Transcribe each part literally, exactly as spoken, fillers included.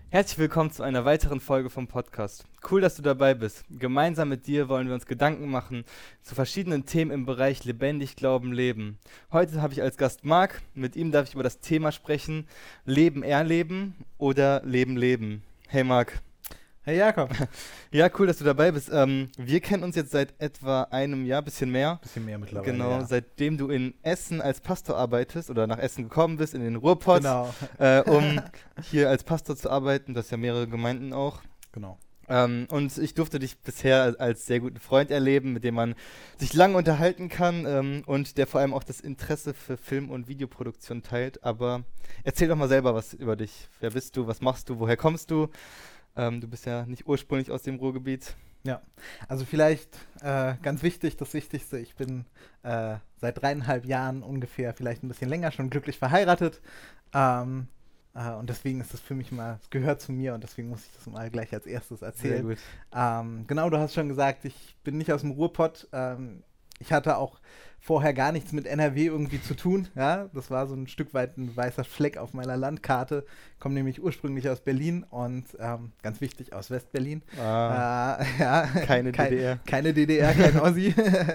Herzlich willkommen zu einer weiteren Folge vom Podcast. Cool, dass du dabei bist. Gemeinsam mit dir wollen wir uns Gedanken machen zu verschiedenen Themen im Bereich Lebendig Glauben, Leben. Heute habe ich als Gast Marc. Mit ihm darf ich über das Thema sprechen: Leben erleben oder Leben leben. Hey Marc. Hey Jakob. Ja, cool, dass du dabei bist. Ähm, wir kennen uns jetzt seit etwa einem Jahr, bisschen mehr. Bisschen mehr mittlerweile. Genau, ja. seitdem du in Essen als Pastor arbeitest oder nach Essen gekommen bist, in den Ruhrpott, Genau. äh, um hier als Pastor zu arbeiten. Das ist ja mehrere Gemeinden auch. Genau. Ähm, und ich durfte dich bisher als sehr guten Freund erleben, mit dem man sich lange unterhalten kann ähm, und der vor allem auch das Interesse für Film- und Videoproduktion teilt. Aber erzähl doch mal selber was über dich. Wer bist du? Was machst du? Woher kommst du? Ähm, du bist ja nicht ursprünglich aus dem Ruhrgebiet. Ja, also vielleicht äh, ganz wichtig, das Wichtigste, ich bin äh, seit dreieinhalb Jahren ungefähr, vielleicht ein bisschen länger, schon glücklich verheiratet. Ähm, äh, und deswegen ist das für mich mal, es gehört zu mir und deswegen muss ich das mal gleich als erstes erzählen. Sehr gut. Ähm, genau, du hast schon gesagt, ich bin nicht aus dem Ruhrpott. Ähm, ich hatte auch vorher gar nichts mit N R W irgendwie zu tun. Ja? Das war so ein Stück weit ein weißer Fleck auf meiner Landkarte. Ich komme nämlich ursprünglich aus Berlin und ähm, ganz wichtig aus Westberlin. Ah, Äh, ja, keine kein, D D R. Keine D D R, kein Ossi.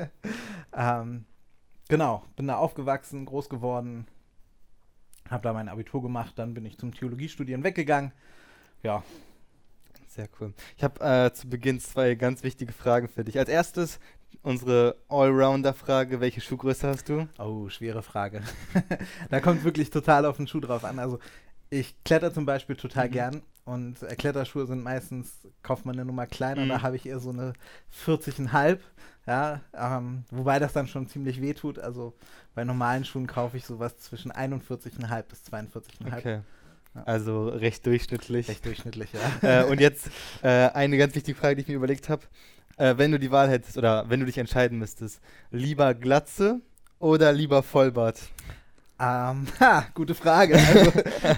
ähm, genau, bin da aufgewachsen, groß geworden, habe da mein Abitur gemacht, dann bin ich zum Theologiestudieren weggegangen. Ja. Sehr cool. Ich habe äh, zu Beginn zwei ganz wichtige Fragen für dich. Als erstes unsere Allrounder-Frage: Welche Schuhgröße hast du? Oh, schwere Frage. Da kommt wirklich total auf den Schuh drauf an. Also ich kletter zum Beispiel total Mhm. gern und äh, Kletterschuhe sind meistens, kauft man eine Nummer kleiner, Mhm. da habe ich eher so eine vierzig Komma fünf. Ja, ähm, wobei das dann schon ziemlich weh tut. Also bei normalen Schuhen kaufe ich sowas zwischen einundvierzig Komma fünf bis zweiundvierzig Komma fünf. Okay. Ja. Also recht durchschnittlich. Recht durchschnittlich, ja. äh, und jetzt äh, eine ganz wichtige Frage, die ich mir überlegt habe. Äh, wenn du die Wahl hättest oder wenn du dich entscheiden müsstest, lieber Glatze oder lieber Vollbart? Ähm, ha, gute Frage. Also,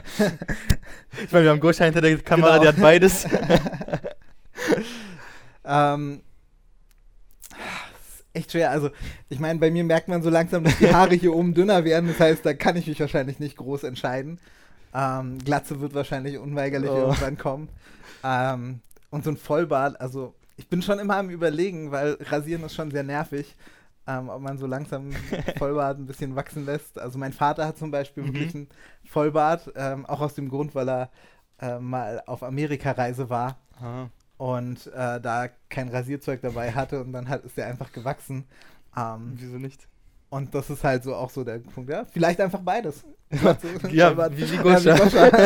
Ich meine, wir haben Goscha hinter der Kamera, Genau. der hat beides. ähm, ist echt schwer. Also, ich meine, bei mir merkt man so langsam, dass die Haare hier oben dünner werden. Das heißt, da kann ich mich wahrscheinlich nicht groß entscheiden. Ähm, Glatze wird wahrscheinlich unweigerlich Oh. irgendwann kommen. Ähm, und so ein Vollbart, also ich bin schon immer am Überlegen, weil Rasieren ist schon sehr nervig, ähm, ob man so langsam Vollbart ein bisschen wachsen lässt. Also mein Vater hat zum Beispiel Mhm. wirklich einen Vollbart, ähm, auch aus dem Grund, weil er äh, mal auf Amerikareise war Ah, und äh, da kein Rasierzeug dabei hatte und dann hat, ist er einfach gewachsen. Ähm, wieso nicht? und das ist halt so auch so der Punkt, ja. Vielleicht einfach beides. Ja, Vollbart. wie, wie Ja, Goscha.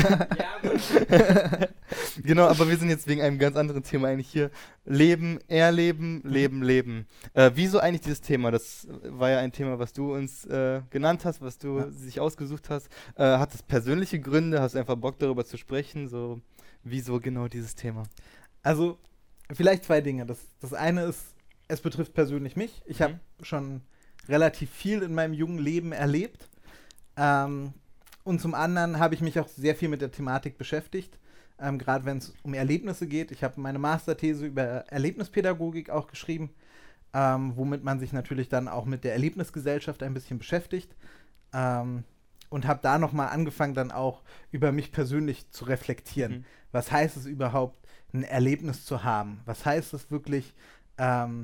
Goscha. Genau, aber wir sind jetzt wegen einem ganz anderen Thema eigentlich hier. Leben, erleben, leben, leben. Äh, wieso eigentlich dieses Thema? Das war ja ein Thema, was du uns äh, genannt hast, was du Ja. sich ausgesucht hast. Äh, hat es persönliche Gründe? Hast du einfach Bock, darüber zu sprechen? So, wieso genau dieses Thema? Also, vielleicht zwei Dinge. Das, das eine ist, es betrifft persönlich mich. Ich habe Mhm. schon relativ viel in meinem jungen Leben erlebt. Ähm, und zum anderen habe ich mich auch sehr viel mit der Thematik beschäftigt, ähm, gerade wenn es um Erlebnisse geht. Ich habe meine Masterthese über Erlebnispädagogik auch geschrieben, ähm, womit man sich natürlich dann auch mit der Erlebnisgesellschaft ein bisschen beschäftigt. Ähm, und habe da nochmal angefangen, dann auch über mich persönlich zu reflektieren. Mhm. Was heißt es überhaupt, ein Erlebnis zu haben? Was heißt es wirklich, ähm,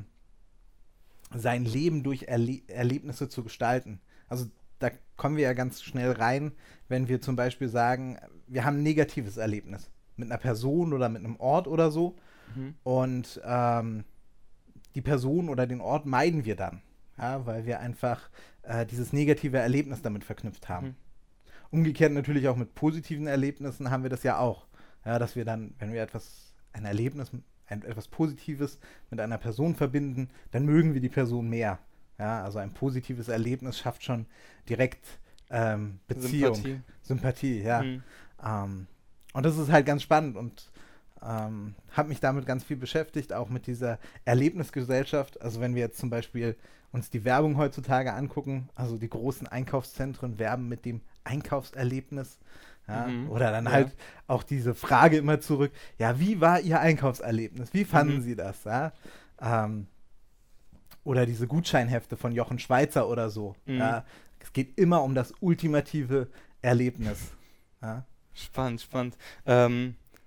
sein Leben durch Erle Erlebnisse zu gestalten? Also da kommen wir ja ganz schnell rein, wenn wir zum Beispiel sagen, wir haben ein negatives Erlebnis mit einer Person oder mit einem Ort oder so Mhm. und ähm, die Person oder den Ort meiden wir dann, ja, weil wir einfach äh, dieses negative Erlebnis damit verknüpft haben. Mhm. Umgekehrt natürlich auch mit positiven Erlebnissen haben wir das ja auch, ja, dass wir dann, wenn wir etwas, ein Erlebnis, ein, etwas Positives mit einer Person verbinden, dann mögen wir die Person mehr. Ja, also ein positives Erlebnis schafft schon direkt ähm, Beziehung, Sympathie, Sympathie. ja. Mhm. Ähm, und das ist halt ganz spannend und ähm, habe mich damit ganz viel beschäftigt, auch mit dieser Erlebnisgesellschaft. Also wenn wir jetzt zum Beispiel uns die Werbung heutzutage angucken, also die großen Einkaufszentren werben mit dem Einkaufserlebnis. Ja, Mhm. oder dann Ja. halt auch diese Frage immer zurück, ja, wie war Ihr Einkaufserlebnis? Wie fanden Mhm. Sie das? Ja? Ähm, oder diese Gutscheinhefte von Jochen Schweizer oder so. Mhm. Ja? Es geht immer um das ultimative Erlebnis. Ja? Spannend, spannend. Ähm,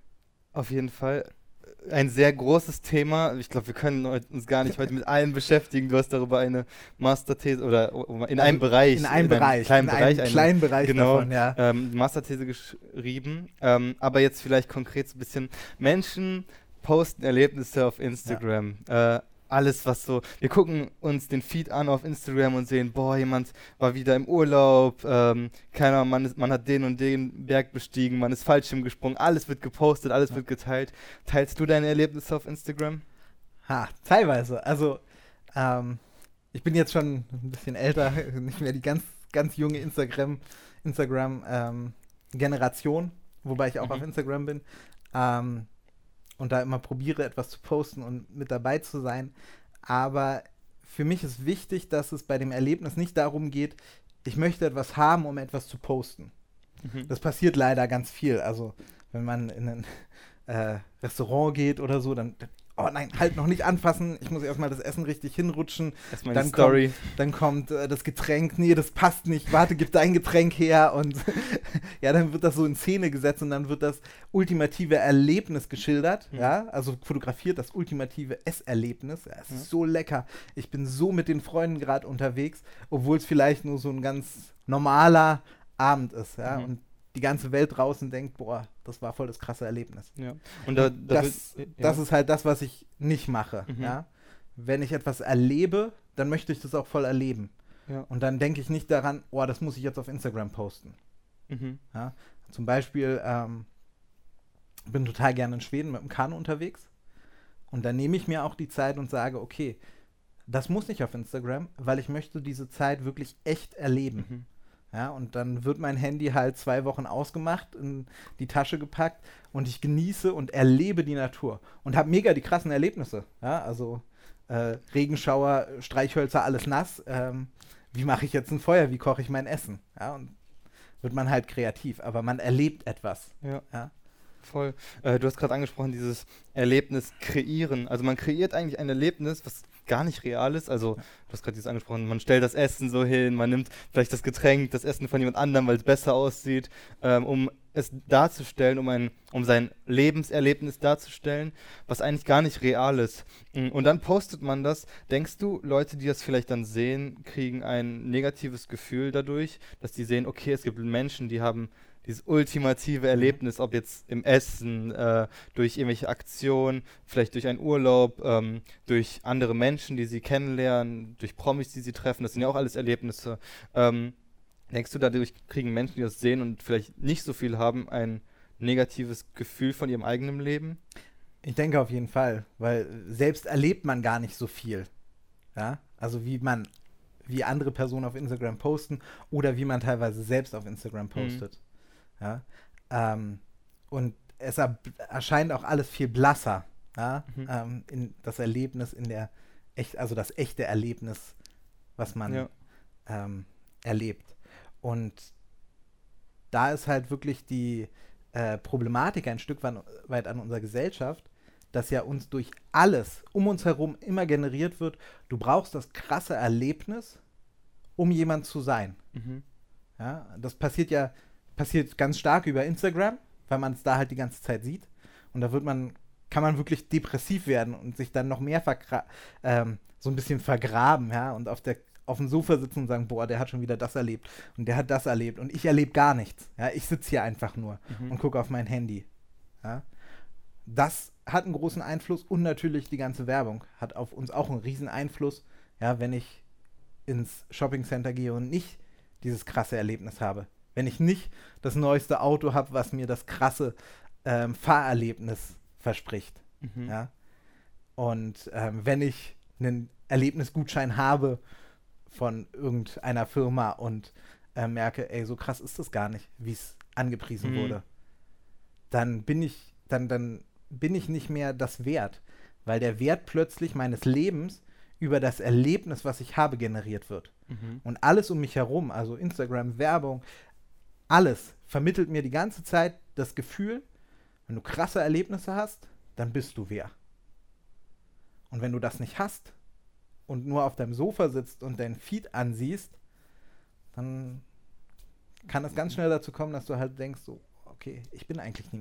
Auf jeden Fall ein sehr großes Thema. Ich glaube, wir können heut- uns gar nicht heute mit allem beschäftigen. Du hast darüber eine Masterthese oder o- o- in Also einem Bereich, in einem Bereich, kleinen in Bereich, einem eine, kleinen Bereich genau, davon, ja. ähm, Masterthese geschrieben. Ähm, aber jetzt vielleicht konkret so ein bisschen: Menschen posten Erlebnisse auf Instagram. Äh, alles, was so, wir gucken uns den Feed an auf Instagram und sehen, boah, jemand war wieder im Urlaub, ähm, keine Ahnung, man, ist, man hat den und den Berg bestiegen, man ist Fallschirm gesprungen, alles wird gepostet, alles Ja. wird geteilt. Teilst du deine Erlebnisse auf Instagram? Ha, teilweise. Also, ähm, ich bin jetzt schon ein bisschen älter, nicht mehr die ganz, ganz junge Instagram, Instagram ähm, Generation, wobei ich auch Mhm. auf Instagram bin. Ähm, und da immer probiere, etwas zu posten und mit dabei zu sein. Aber für mich ist wichtig, dass es bei dem Erlebnis nicht darum geht, ich möchte etwas haben, um etwas zu posten. Mhm. Das passiert leider ganz viel. Also, wenn man in ein äh, Restaurant geht oder so, dann, oh nein, halt noch nicht anfassen, ich muss erstmal das Essen richtig hinrutschen. Erstmal Dann die Story. Dann kommt äh, das Getränk, nee, das passt nicht, warte, gib dein Getränk her. Und ja, dann wird das so in Szene gesetzt und dann wird das ultimative Erlebnis geschildert. Mhm. Ja, also fotografiert das ultimative Esserlebnis. Ja, es Ja. ist so lecker. Ich bin so mit den Freunden gerade unterwegs, obwohl es vielleicht nur so ein ganz normaler Abend ist. Ja, Mhm. und die ganze Welt draußen denkt, boah, das war voll das krasse Erlebnis. Ja. Und da, da das, wird- ja. das ist halt das, was ich nicht mache. Mhm. Ja? Wenn ich etwas erlebe, dann möchte ich das auch voll erleben. Ja. Und dann denke ich nicht daran, oh, das muss ich jetzt auf Instagram posten. Mhm. Ja? Zum Beispiel, ähm, bin total gerne in Schweden mit dem Kanu unterwegs. Und dann nehme ich mir auch die Zeit und sage, okay, das muss nicht auf Instagram, weil ich möchte diese Zeit wirklich echt erleben. Mhm. Ja, und dann wird mein Handy halt zwei Wochen ausgemacht, in die Tasche gepackt und ich genieße und erlebe die Natur und habe mega die krassen Erlebnisse. Ja, also äh, Regenschauer, Streichhölzer, alles nass. Ähm, wie mache ich jetzt ein Feuer? Wie koche ich mein Essen? Ja, und wird man halt kreativ, aber man erlebt etwas. Ja. Ja. Voll. Äh, du hast gerade angesprochen, dieses Erlebnis kreieren. Also man kreiert eigentlich ein Erlebnis, was gar nicht real ist. Also du hast gerade dieses angesprochen, man stellt das Essen so hin, man nimmt vielleicht das Getränk, das Essen von jemand anderem, weil es besser aussieht, ähm, um es darzustellen, um ein, um sein Lebenserlebnis darzustellen, was eigentlich gar nicht real ist. Mm, Und dann postet man das. Denkst du, Leute, die das vielleicht dann sehen, kriegen ein negatives Gefühl dadurch, dass die sehen, okay, es gibt Menschen, die haben dieses ultimative Erlebnis, ob jetzt im Essen, äh, durch irgendwelche Aktionen, vielleicht durch einen Urlaub, ähm, durch andere Menschen, die sie kennenlernen, durch Promis, die sie treffen, das sind ja auch alles Erlebnisse. Ähm, denkst du, dadurch kriegen Menschen, die das sehen und vielleicht nicht so viel haben, ein negatives Gefühl von ihrem eigenen Leben? Ich denke auf jeden Fall, weil selbst erlebt man gar nicht so viel. Ja, also wie man, wie andere Personen auf Instagram posten oder wie man teilweise selbst auf Instagram postet. Ja, ähm, und es er erscheint auch alles viel blasser. Ja, Mhm. ähm, in das Erlebnis, in der echt, also das echte Erlebnis, was man Ja. ähm, erlebt. Und da ist halt wirklich die äh, Problematik ein Stück weit, weit an unserer Gesellschaft, dass ja uns durch alles um uns herum immer generiert wird, du brauchst das krasse Erlebnis, um jemand zu sein. Mhm. Ja, das passiert ja passiert ganz stark über Instagram, weil man es da halt die ganze Zeit sieht. Und da wird man, kann man wirklich depressiv werden und sich dann noch mehr vergra- ähm, so ein bisschen vergraben, ja, und auf der auf dem Sofa sitzen und sagen, boah, der hat schon wieder das erlebt und der hat das erlebt und ich erlebe gar nichts. Ja, ich sitze hier einfach nur Mhm. und gucke auf mein Handy. Ja. Das hat einen großen Einfluss und natürlich die ganze Werbung hat auf uns auch einen riesen Einfluss, ja, wenn ich ins Shoppingcenter gehe und nicht dieses krasse Erlebnis habe. Wenn ich nicht das neueste Auto habe, was mir das krasse ähm, Fahrerlebnis verspricht. Mhm. Ja? Und ähm, wenn ich einen Erlebnisgutschein habe von irgendeiner Firma und äh, merke, ey, so krass ist das gar nicht, wie es angepriesen Mhm. wurde, dann bin ich, dann, dann bin ich nicht mehr das wert, weil der Wert plötzlich meines Lebens über das Erlebnis, was ich habe, generiert wird. Mhm. Und alles um mich herum, also Instagram, Werbung, alles vermittelt mir die ganze Zeit das Gefühl, wenn du krasse Erlebnisse hast, dann bist du wer. Und wenn du das nicht hast und nur auf deinem Sofa sitzt und deinen Feed ansiehst, dann kann es ganz schnell dazu kommen, dass du halt denkst, so, okay, ich bin eigentlich niemand.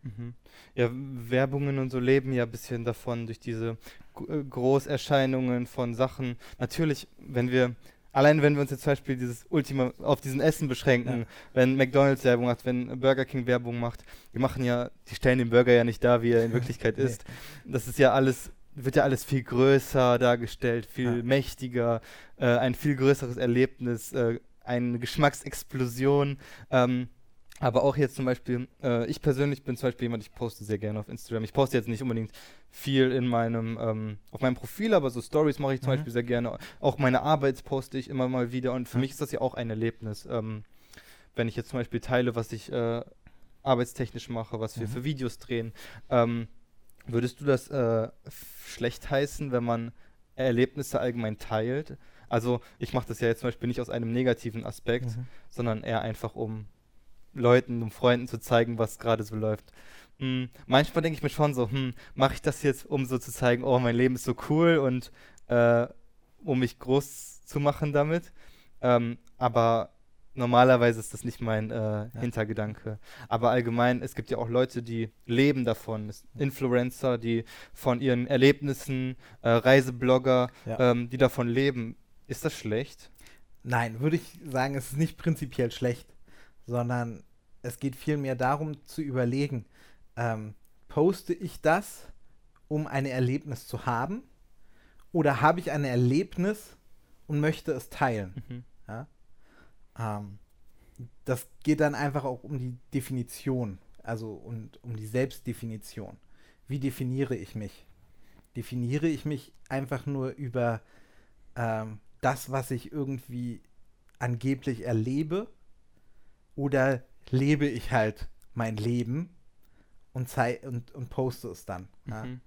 Mhm. Ja, Werbungen und so leben ja ein bisschen davon, durch diese G- äh, Großerscheinungen von Sachen. Natürlich, wenn wir, allein wenn wir uns jetzt zum Beispiel dieses Ultima auf diesen Essen Ja. beschränken, wenn McDonald's Werbung macht, wenn Burger King Werbung macht, die machen ja, die stellen den Burger ja nicht dar, wie er in Wirklichkeit Nee. ist. Das ist ja alles, wird ja alles viel größer dargestellt, viel Ja. mächtiger, äh, ein viel größeres Erlebnis, äh, eine Geschmacksexplosion. Ähm, aber auch jetzt zum Beispiel, äh, ich persönlich bin zum Beispiel jemand, ich poste sehr gerne auf Instagram. Ich poste jetzt nicht unbedingt viel in meinem, ähm, auf meinem Profil, aber so Stories mache ich zum Mhm. Beispiel sehr gerne. Auch meine Arbeit poste ich immer mal wieder und für Ja. mich ist das ja auch ein Erlebnis. Ähm, wenn ich jetzt zum Beispiel teile, was ich äh, arbeitstechnisch mache, was wir Mhm. für Videos drehen. Ähm, würdest du das äh, f- schlecht heißen, wenn man Erlebnisse allgemein teilt? Also ich mache das ja jetzt zum Beispiel nicht aus einem negativen Aspekt, Mhm. sondern eher einfach um Leuten, um Freunden zu zeigen, was gerade so läuft. Hm, manchmal denke ich mir schon so, hm, mache ich das jetzt, um so zu zeigen, oh, mein Leben ist so cool und äh, um mich groß zu machen damit. Ähm, aber normalerweise ist das nicht mein äh, Ja. Hintergedanke. Aber allgemein, es gibt ja auch Leute, die leben davon. Es- Influencer, die von ihren Erlebnissen, äh, Reiseblogger, Ja. ähm, die davon leben. Ist das schlecht? Nein, würde ich sagen, es ist nicht prinzipiell schlecht, sondern es geht vielmehr darum zu überlegen, ähm, poste ich das, um ein Erlebnis zu haben, oder habe ich ein Erlebnis und möchte es teilen? Mhm. Ja? Ähm, das geht dann einfach auch um die Definition, also und um die Selbstdefinition. Wie definiere ich mich? Definiere ich mich einfach nur über ähm, das, was ich irgendwie angeblich erlebe, oder lebe ich halt mein Leben und, zei und, und poste es dann? Ja? Mhm.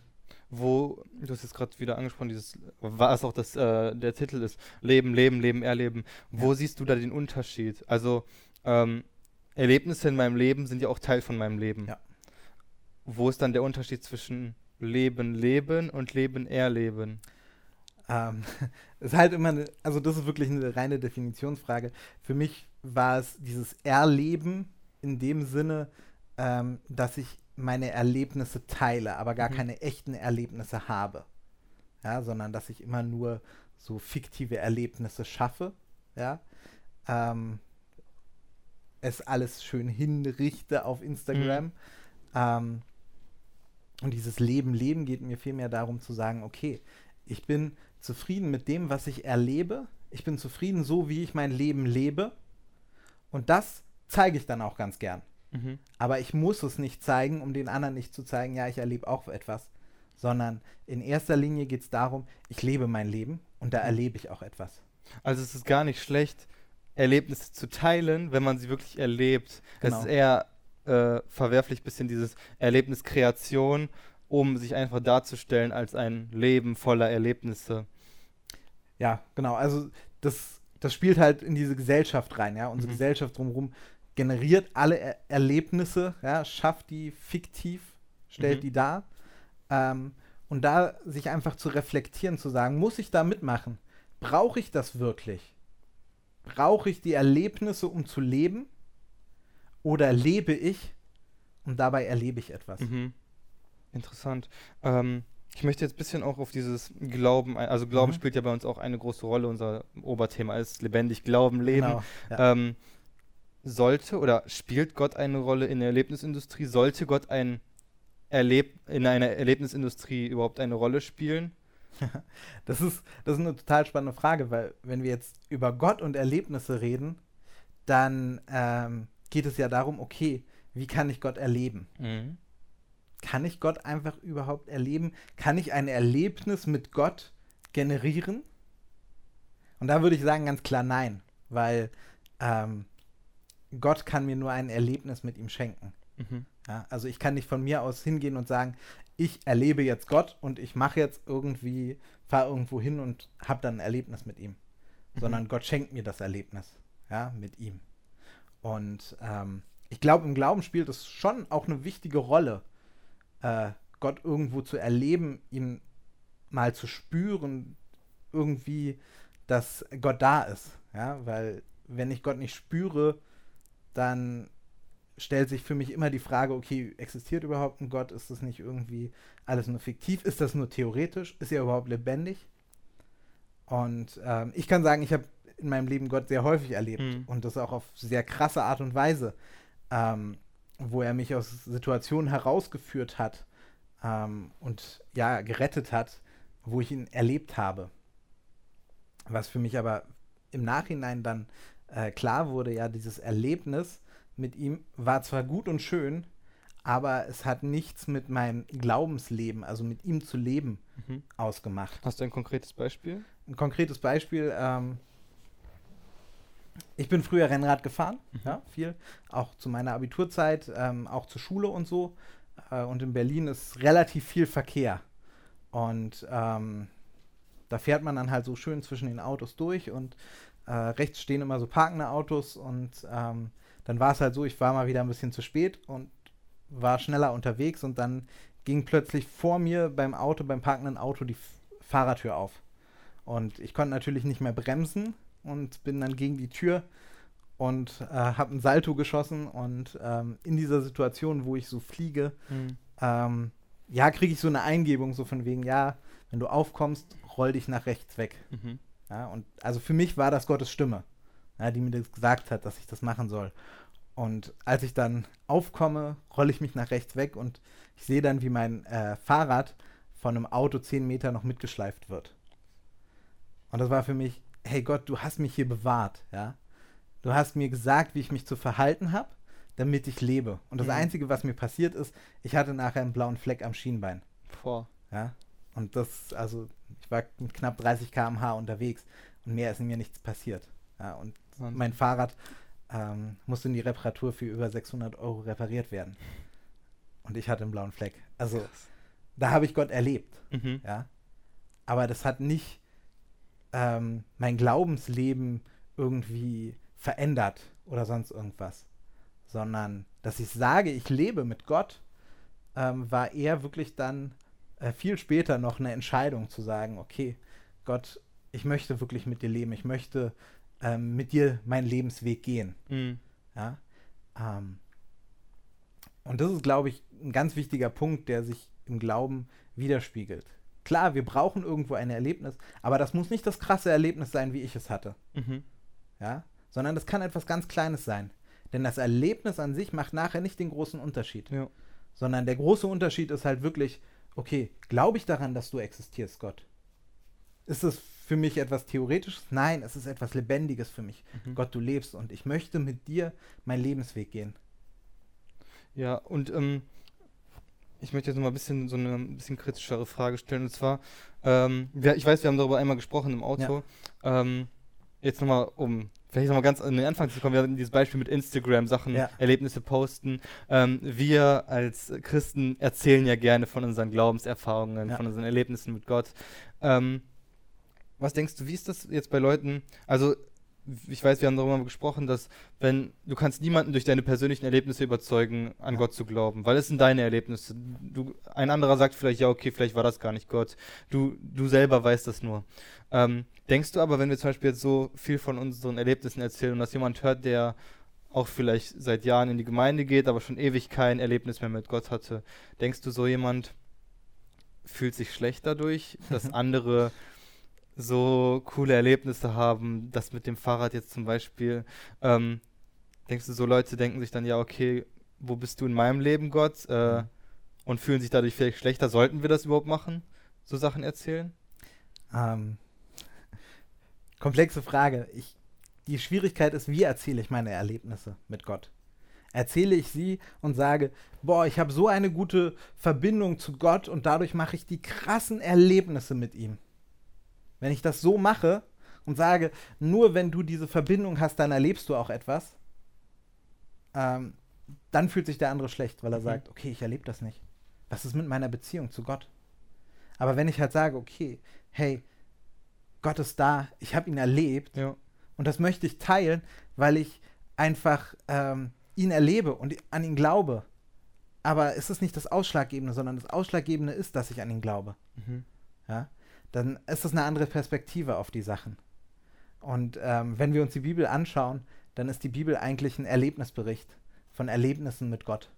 Wo, du hast jetzt gerade wieder angesprochen, dieses, was auch das, äh, der Titel ist, Leben, Leben, Leben, Erleben. Wo Ja. siehst du da den Unterschied? Also, ähm, Erlebnisse in meinem Leben sind ja auch Teil von meinem Leben. Ja. Wo ist dann der Unterschied zwischen Leben, Leben und Leben, Erleben? Ähm, ist halt immer, eine, also das ist wirklich eine reine Definitionsfrage. Für mich war es dieses Erleben in dem Sinne, ähm, dass ich meine Erlebnisse teile, aber gar Mhm. keine echten Erlebnisse habe. Ja, sondern dass ich immer nur so fiktive Erlebnisse schaffe, ja. Ähm, es alles schön hinrichte auf Instagram. Mhm. Ähm, und dieses Leben, Leben geht mir vielmehr darum zu sagen, okay, ich bin zufrieden mit dem, was ich erlebe. Ich bin zufrieden so, wie ich mein Leben lebe. Und das zeige ich dann auch ganz gern. Mhm. Aber ich muss es nicht zeigen, um den anderen nicht zu zeigen, ja, ich erlebe auch etwas. Sondern in erster Linie geht es darum, ich lebe mein Leben und da Mhm. erlebe ich auch etwas. Also es ist gar nicht schlecht, Erlebnisse zu teilen, wenn man sie wirklich erlebt. Genau. Es ist eher äh, verwerflich, bisschen dieses Erlebniskreation, um sich einfach darzustellen als ein Leben voller Erlebnisse. Ja, genau. Also das, das spielt halt in diese Gesellschaft rein, ja. Unsere Mhm. Gesellschaft drumherum generiert alle er Erlebnisse, ja, schafft die fiktiv, stellt Mhm. die dar. Ähm, und da sich einfach zu reflektieren, zu sagen, muss ich da mitmachen? Brauche ich das wirklich? Brauche ich die Erlebnisse, um zu leben? Oder lebe ich und dabei erlebe ich etwas? Mhm. Interessant. Ähm, ich möchte jetzt ein bisschen auch auf dieses Glauben, ein- also Glauben Mhm. spielt ja bei uns auch eine große Rolle. Unser Oberthema ist lebendig Glauben, Leben. Genau. Ja. Ähm, sollte oder spielt Gott eine Rolle in der Erlebnisindustrie? Sollte Gott ein Erleb in einer Erlebnisindustrie überhaupt eine Rolle spielen? Das ist, das ist eine total spannende Frage, weil wenn wir jetzt über Gott und Erlebnisse reden, dann ähm, geht es ja darum, okay, wie kann ich Gott erleben? Mhm. Kann ich Gott einfach überhaupt erleben? Kann ich ein Erlebnis mit Gott generieren? Und da würde ich sagen ganz klar nein, weil ähm, Gott kann mir nur ein Erlebnis mit ihm schenken. Mhm. Ja, also ich kann nicht von mir aus hingehen und sagen, ich erlebe jetzt Gott und ich mache jetzt irgendwie, fahre irgendwo hin und habe dann ein Erlebnis mit ihm. Mhm. Sondern Gott schenkt mir das Erlebnis, ja, mit ihm. Und ähm, ich glaube, im Glauben spielt es schon auch eine wichtige Rolle, äh, Gott irgendwo zu erleben, ihn mal zu spüren, irgendwie, dass Gott da ist. Ja, weil wenn ich Gott nicht spüre, dann stellt sich für mich immer die Frage, okay, existiert überhaupt ein Gott? Ist das nicht irgendwie alles nur fiktiv? Ist das nur theoretisch? Ist er überhaupt lebendig? Und ähm, ich kann sagen, ich habe in meinem Leben Gott sehr häufig erlebt Mhm. und das auch auf sehr krasse Art und Weise, ähm, wo er mich aus Situationen herausgeführt hat ähm, und ja, gerettet hat, wo ich ihn erlebt habe. Was für mich aber im Nachhinein dann äh, klar wurde, ja, dieses Erlebnis mit ihm war zwar gut und schön, aber es hat nichts mit meinem Glaubensleben, also mit ihm zu leben, Mhm. ausgemacht. Hast du ein konkretes Beispiel? Ein konkretes Beispiel, ähm, ich bin früher Rennrad gefahren, Mhm. ja, viel, auch zu meiner Abiturzeit, ähm, auch zur Schule und so. Äh, und in Berlin ist relativ viel Verkehr. Und ähm, da fährt man dann halt so schön zwischen den Autos durch und äh, rechts stehen immer so parkende Autos und ähm, dann war es halt so, ich war mal wieder ein bisschen zu spät und war schneller unterwegs und dann ging plötzlich vor mir beim Auto, beim parkenden Auto die F- Fahrertür auf. Und ich konnte natürlich nicht mehr bremsen und bin dann gegen die Tür und äh, habe ein Salto geschossen und ähm, in dieser Situation, wo ich so fliege, Mhm. ähm, ja, kriege ich so eine Eingebung, so von wegen, ja, wenn du aufkommst, roll dich nach rechts weg. Mhm. Ja, und also für mich war das Gottes Stimme, ja, die mir das gesagt hat, dass ich das machen soll. Und als ich dann aufkomme, rolle ich mich nach rechts weg und ich sehe dann, wie mein äh, Fahrrad von einem Auto zehn Meter noch mitgeschleift wird. Und das war für mich, hey Gott, du hast mich hier bewahrt, ja. Du hast mir gesagt, wie ich mich zu verhalten habe, damit ich lebe. Und das Mhm. Einzige, was mir passiert ist, ich hatte nachher einen blauen Fleck am Schienbein. Boah. Ja. Und das, also, ich war mit knapp dreißig Kilometer pro Stunde unterwegs und mehr ist in mir nichts passiert. Ja, und Wahnsinn. mein Fahrrad ähm, musste in die Reparatur für über sechshundert Euro repariert werden. Und ich hatte einen blauen Fleck. Also, Krass. da habe ich Gott erlebt. Mhm. Ja. Aber das hat nicht ähm, mein Glaubensleben irgendwie verändert oder sonst irgendwas. Sondern, dass ich sage, ich lebe mit Gott, ähm, war eher wirklich dann äh, viel später noch eine Entscheidung zu sagen, okay, Gott, ich möchte wirklich mit dir leben, ich möchte ähm, mit dir meinen Lebensweg gehen. Mhm. Ja? Ähm, und das ist, glaube ich, ein ganz wichtiger Punkt, der sich im Glauben widerspiegelt. Klar, wir brauchen irgendwo ein Erlebnis, aber das muss nicht das krasse Erlebnis sein, wie ich es hatte. Mhm. Ja? Sondern das kann etwas ganz Kleines sein. Denn das Erlebnis an sich macht nachher nicht den großen Unterschied. Ja. Sondern der große Unterschied ist halt wirklich, okay, glaube ich daran, dass du existierst, Gott? Ist es für mich etwas Theoretisches? Nein, es ist etwas Lebendiges für mich. Mhm. Gott, du lebst und ich möchte mit dir meinen Lebensweg gehen. Ja, und ähm, ich möchte jetzt noch mal ein bisschen so eine ein bisschen kritischere Frage stellen. Und zwar, ähm, wir, ich weiß, wir haben darüber einmal gesprochen im Auto. Ähm, jetzt nochmal, um vielleicht nochmal ganz an den Anfang zu kommen, wir hatten dieses Beispiel mit Instagram, Sachen, Ja. Erlebnisse posten. Ähm, wir als Christen erzählen ja gerne von unseren Glaubenserfahrungen, Ja. von unseren Erlebnissen mit Gott. Ähm, was denkst du, wie ist das jetzt bei Leuten? Also, ich weiß, wir haben darüber gesprochen, dass wenn du kannst niemanden durch deine persönlichen Erlebnisse überzeugen, an Ja. Gott zu glauben, weil es sind deine Erlebnisse. Du, ein anderer sagt vielleicht, ja, okay, vielleicht war das gar nicht Gott. Du, du selber weißt das nur. Ähm, denkst du aber, wenn wir zum Beispiel jetzt so viel von unseren Erlebnissen erzählen und dass jemand hört, der auch vielleicht seit Jahren in die Gemeinde geht, aber schon ewig kein Erlebnis mehr mit Gott hatte, denkst du, so jemand fühlt sich schlecht dadurch, dass andere so coole Erlebnisse haben, das mit dem Fahrrad jetzt zum Beispiel. Ähm, denkst du, so Leute denken sich dann, ja, okay, wo bist du in meinem Leben, Gott? Äh, Mhm. und fühlen sich dadurch vielleicht schlechter. Sollten wir das überhaupt machen? So Sachen erzählen? Ähm, komplexe Frage. Ich, die Schwierigkeit ist, wie erzähle ich meine Erlebnisse mit Gott? Erzähle ich sie und sage, boah, ich habe so eine gute Verbindung zu Gott und dadurch mache ich die krassen Erlebnisse mit ihm. Wenn ich das so mache und sage, nur wenn du diese Verbindung hast, dann erlebst du auch etwas, ähm, dann fühlt sich der andere schlecht, weil er Mhm. sagt, okay, ich erlebe das nicht. Was ist mit meiner Beziehung zu Gott? Aber wenn ich halt sage, okay, hey, Gott ist da, ich habe ihn erlebt Ja. und das möchte ich teilen, weil ich einfach ähm, ihn erlebe und an ihn glaube. Aber es ist nicht das Ausschlaggebende, sondern das Ausschlaggebende ist, dass ich an ihn glaube. Mhm. Ja? Dann ist das eine andere Perspektive auf die Sachen. Und ähm, wenn wir uns die Bibel anschauen, dann ist die Bibel eigentlich ein Erlebnisbericht von Erlebnissen mit Gott.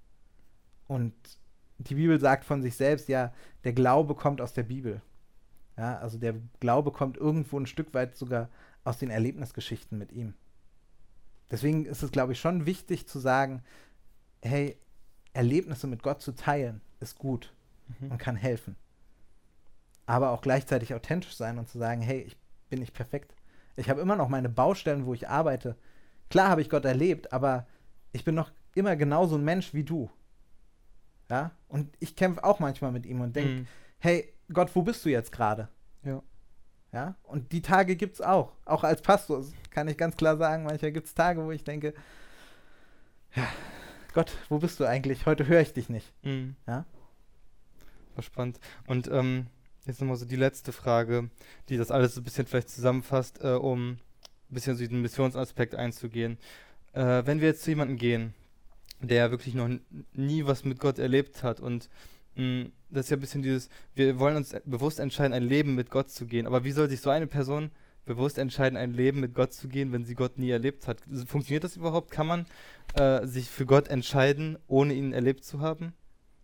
Und die Bibel sagt von sich selbst, ja, der Glaube kommt aus der Bibel. Ja, also der Glaube kommt irgendwo ein Stück weit sogar aus den Erlebnisgeschichten mit ihm. Deswegen ist es, glaube ich, schon wichtig zu sagen, hey, Erlebnisse mit Gott zu teilen, ist gut mhm. und kann helfen. Aber auch gleichzeitig authentisch sein und zu sagen, hey, ich bin nicht perfekt. Ich habe immer noch meine Baustellen, wo ich arbeite. Klar habe ich Gott erlebt, aber ich bin noch immer genauso ein Mensch wie du. Ja? Und ich kämpfe auch manchmal mit ihm und denke, mhm. hey, Gott, wo bist du jetzt gerade? Ja. Ja? Und die Tage gibt es auch. Auch als Pastor kann ich ganz klar sagen, manchmal gibt es Tage, wo ich denke, ja, Gott, wo bist du eigentlich? Heute höre ich dich nicht. Mhm. Ja? War spannend. Und ähm, jetzt nochmal so die letzte Frage, die das alles so ein bisschen vielleicht zusammenfasst, äh, um ein bisschen so diesen Missionsaspekt einzugehen. Äh, wenn wir jetzt zu jemandem gehen, der wirklich noch n- nie was mit Gott erlebt hat und mh, das ist ja ein bisschen dieses, wir wollen uns bewusst entscheiden, ein Leben mit Gott zu gehen, aber wie soll sich so eine Person bewusst entscheiden, ein Leben mit Gott zu gehen, wenn sie Gott nie erlebt hat? Funktioniert das überhaupt? Kann man äh, sich für Gott entscheiden, ohne ihn erlebt zu haben?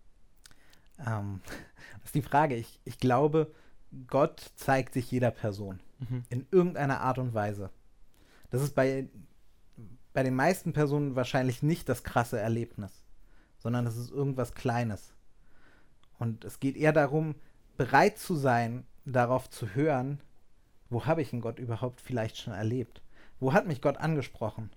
Ähm, das ist die Frage. Ich, ich glaube, Gott zeigt sich jeder Person Mhm. in irgendeiner Art und Weise. Das ist bei, bei den meisten Personen wahrscheinlich nicht das krasse Erlebnis, sondern es ist irgendwas Kleines. Und es geht eher darum, bereit zu sein, darauf zu hören, wo habe ich einen Gott überhaupt vielleicht schon erlebt? Wo hat mich Gott angesprochen?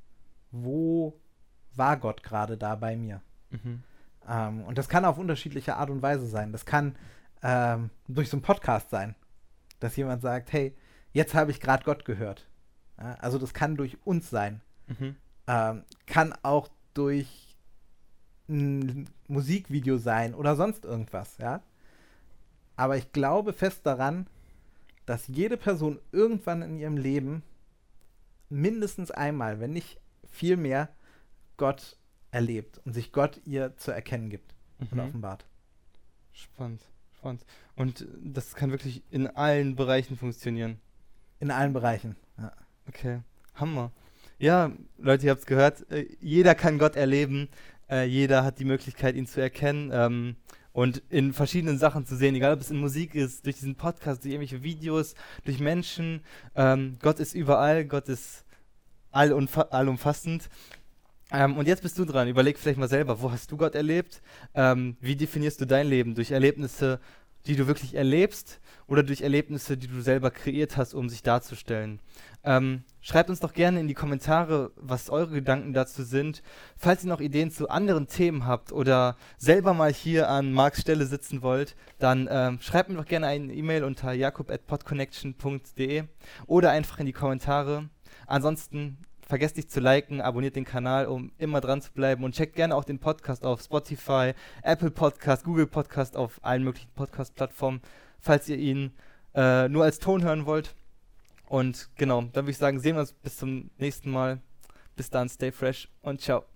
Wo war Gott gerade da bei mir? Mhm. Ähm, und das kann auf unterschiedliche Art und Weise sein. Das kann ähm, durch so einen Podcast sein, dass jemand sagt, hey, jetzt habe ich gerade Gott gehört. Ja, also das kann durch uns sein. Mhm. Ähm, kann auch durch ein Musikvideo sein oder sonst irgendwas. Ja? Aber ich glaube fest daran, dass jede Person irgendwann in ihrem Leben mindestens einmal, wenn nicht viel mehr, Gott erlebt und sich Gott ihr zu erkennen gibt und Mhm. offenbart. Spannend, spannend. Und das kann wirklich in allen Bereichen funktionieren. In allen Bereichen. Ja. Okay, Hammer. Ja, Leute, ihr habt es gehört, äh, jeder kann Gott erleben, äh, jeder hat die Möglichkeit, ihn zu erkennen ähm, und in verschiedenen Sachen zu sehen, egal ob es in Musik ist, durch diesen Podcast, durch irgendwelche Videos, durch Menschen. Ähm, Gott ist überall, Gott ist allumfa- allumfassend. Ähm, und jetzt bist du dran, überleg vielleicht mal selber, wo hast du Gott erlebt? Ähm, wie definierst du dein Leben? Durch Erlebnisse, die du wirklich erlebst oder durch Erlebnisse, die du selber kreiert hast, um sich darzustellen? Ähm, schreibt uns doch gerne in die Kommentare, was eure Gedanken dazu sind. Falls ihr noch Ideen zu anderen Themen habt oder selber mal hier an Marks Stelle sitzen wollt, dann ähm, schreibt mir doch gerne eine E-Mail unter jakob at podconnection punkt de oder einfach in die Kommentare. Ansonsten vergesst nicht zu liken, abonniert den Kanal, um immer dran zu bleiben und checkt gerne auch den Podcast auf Spotify, Apple Podcast, Google Podcast, auf allen möglichen Podcast-Plattformen, falls ihr ihn äh, nur als Ton hören wollt. Und genau, dann würde ich sagen, sehen wir uns bis zum nächsten Mal. Bis dann, stay fresh und ciao.